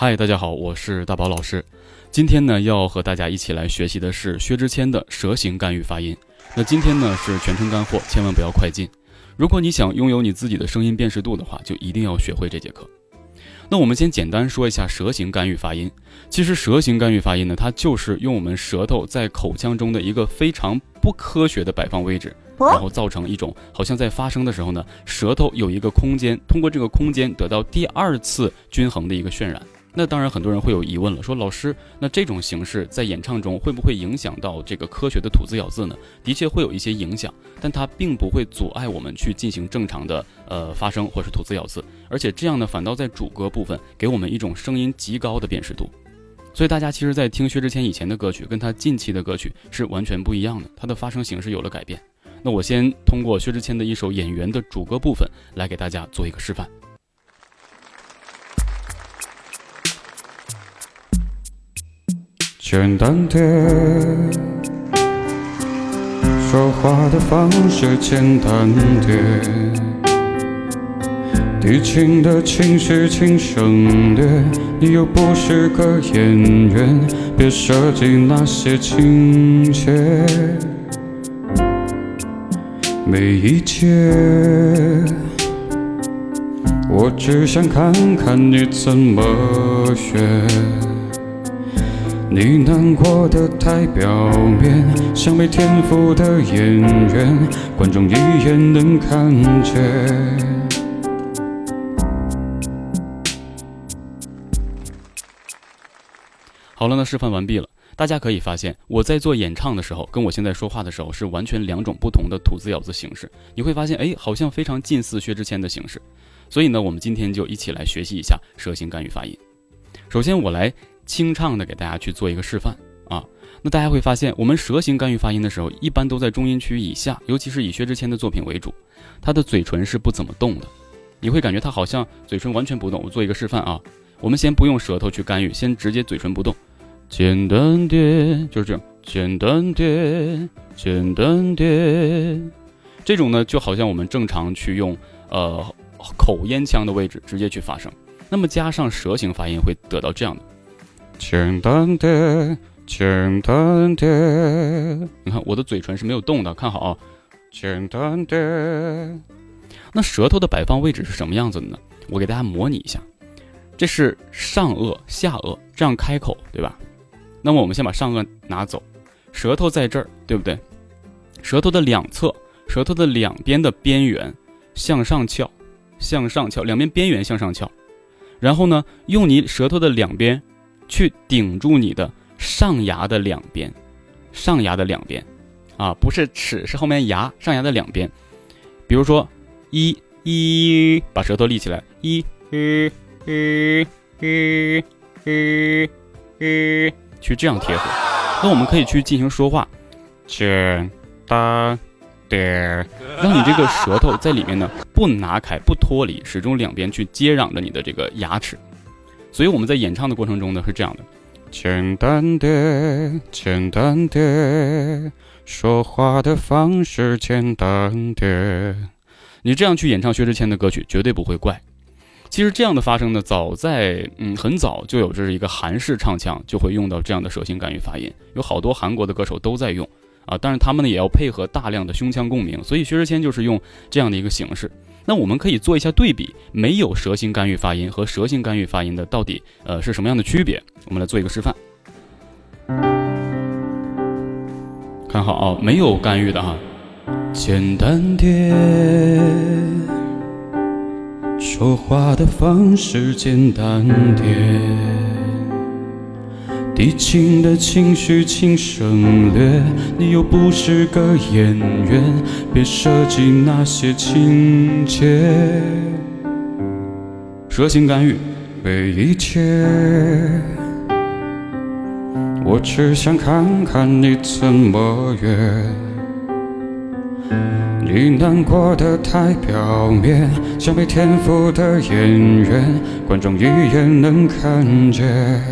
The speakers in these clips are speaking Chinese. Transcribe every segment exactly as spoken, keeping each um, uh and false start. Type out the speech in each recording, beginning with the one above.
嗨，大家好，我是大宝老师。今天呢，要和大家一起来学习的是薛之谦的舌形干预发音。那今天呢是全程干货，千万不要快进。如果你想拥有你自己的声音辨识度的话，就一定要学会这节课。那我们先简单说一下舌形干预发音。其实舌形干预发音呢，它就是用我们舌头在口腔中的一个非常不科学的摆放位置，然后造成一种好像在发声的时候呢，舌头有一个空间，通过这个空间得到第二次均衡的一个渲染。那当然很多人会有疑问了，说老师，那这种形式在演唱中会不会影响到这个科学的吐字咬字呢？的确会有一些影响，但它并不会阻碍我们去进行正常的呃发声或是吐字咬字，而且这样呢反倒在主歌部分给我们一种声音极高的辨识度。所以大家其实在听薛之谦以前的歌曲跟他近期的歌曲是完全不一样的，他的发声形式有了改变。那我先通过薛之谦的一首《演员》的主歌部分来给大家做一个示范。 简单点，说话的方式简单点，低情的情绪请省略，你又不是个演员，别设计那些情节。每一节我只想看看你怎么学，你难过的太表面，像没天赋的演员，观众一眼能看见。 好了，那示范完毕了。大家可以发现，我在做演唱的时候，跟我现在说话的时候是完全两种不同的吐字咬字形式。你会发现，哎，好像非常近似薛之谦的形式。所以呢，我们今天就一起来学习一下舌形干预发音。首先，我来清唱的给大家去做一个示范啊。那大家会发现，我们舌形干预发音的时候，一般都在中音区以下，尤其是以薛之谦的作品为主，他的嘴唇是不怎么动的。你会感觉他好像嘴唇完全不动。我做一个示范啊，我们先不用舌头去干预，先直接嘴唇不动。简单点，就是这样，简单点，简单点。这种呢，就好像我们正常去用呃口咽腔的位置直接去发声。那么加上舌形发音会得到这样的。 简单点，简单点。 你看我的嘴唇是没有动的，看好啊。 简单点。 那舌头的摆放位置是什么样子的呢？我给大家模拟一下。这是上颚、下颚，这样开口，对吧？那么我们先把上颚拿走，舌头在这儿，对不对？舌头的两侧，舌头的两边的边缘向上翘，向上翘，两边边缘向上翘。然后呢，用你舌头的两边去顶住你的上牙的两边，上牙的两边啊，不是齿，是后面牙，上牙的两边。比如说一一，把舌头立起来，一一一一一一，去这样贴合。那我们可以去进行说话，简单点，让你这个舌头在里面呢不拿开不脱离，始终两边去接壤着你的这个牙齿。所以我们在演唱的过程中呢是这样的， 简单点，简单点，说话的方式简单点。 你这样去演唱薛之谦的歌曲绝对不会怪。其实这样的发声呢，早在嗯很早就有，这是一个韩式唱腔就会用到这样的舌形干预发音，有好多韩国的歌手都在用啊，当然他们呢也要配合大量的胸腔共鸣，所以薛之谦就是用这样的一个形式。那我们可以做一下对比，没有舌形干预发音和舌形干预发音的到底呃是什么样的区别？我们来做一个示范。看好啊，没有干预的哈。 简单点，说话的方式简单点，低情的情绪请省略，你又不是个演员，别设计那些情节。 舌形干预， 每一切我只想看看你怎么约，你难过的太表面，像没天赋的演员，观众一眼能看见。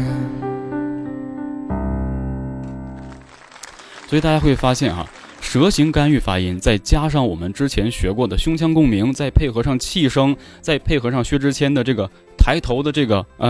所以大家会发现哈、啊，舌形干预发音，再加上我们之前学过的胸腔共鸣，再配合上气声，再配合上薛之谦的这个抬头的这个呃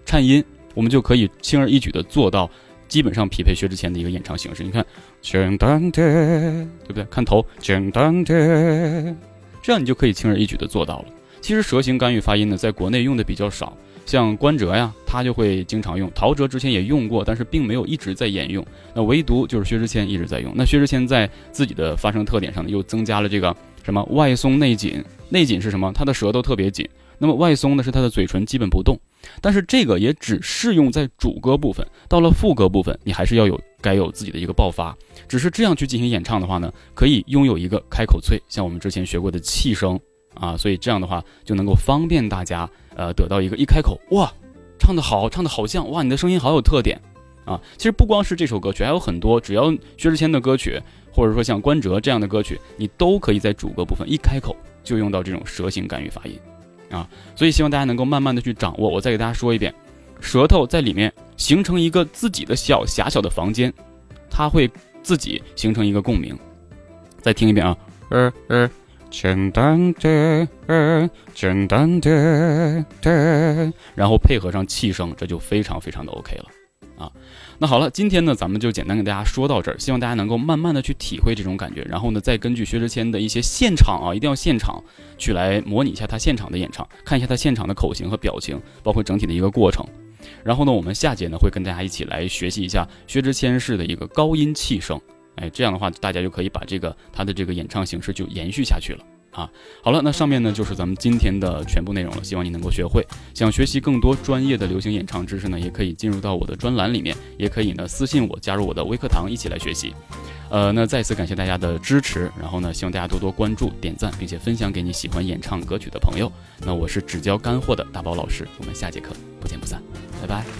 颤音，我们就可以轻而易举的做到基本上匹配薛之谦的一个演唱形式。你看，简单的，对不对？看头，简单的，这样你就可以轻而易举的做到了。其实蛇形干预发音呢，在国内用的比较少，像关喆呀，他就会经常用，陶喆之前也用过，但是并没有一直在沿用。那唯独就是薛之谦一直在用。那薛之谦在自己的发声特点上呢，又增加了这个什么外松内紧。内紧是什么？他的舌头特别紧。那么外松呢，是他的嘴唇基本不动。但是这个也只适用在主歌部分，到了副歌部分，你还是要有该有自己的一个爆发。只是这样去进行演唱的话呢，可以拥有一个开口脆，像我们之前学过的气声啊，所以这样的话就能够方便大家呃得到一个一开口哇，唱得好，唱得好像哇，你的声音好有特点啊。其实不光是这首歌曲，还有很多，只要薛之谦的歌曲，或者说像关喆这样的歌曲，你都可以在主歌部分一开口就用到这种蛇形干预发音啊。所以希望大家能够慢慢的去掌握。我再给大家说一遍，舌头在里面形成一个自己的小狭小的房间，它会自己形成一个共鸣。再听一遍啊，呃呃。简单的，呃，简单的的，然后配合上气声，这就非常非常的 OK 了啊。那好了，今天呢，咱们就简单跟大家说到这儿，希望大家能够慢慢的去体会这种感觉，然后呢，再根据薛之谦的一些现场啊，一定要现场去来模拟一下他现场的演唱，看一下他现场的口型和表情，包括整体的一个过程。然后呢，我们下节呢会跟大家一起来学习一下薛之谦式的一个高音气声。哎，这样的话，大家就可以把这个他的这个演唱形式就延续下去了啊。好了，那上面呢就是咱们今天的全部内容了，希望你能够学会。想学习更多专业的流行演唱知识呢，也可以进入到我的专栏里面，也可以呢私信我，加入我的微课堂，一起来学习。呃，那再次感谢大家的支持，然后呢，希望大家多多关注、点赞，并且分享给你喜欢演唱歌曲的朋友。那我是只教干货的大宝老师，我们下节课不见不散，拜拜。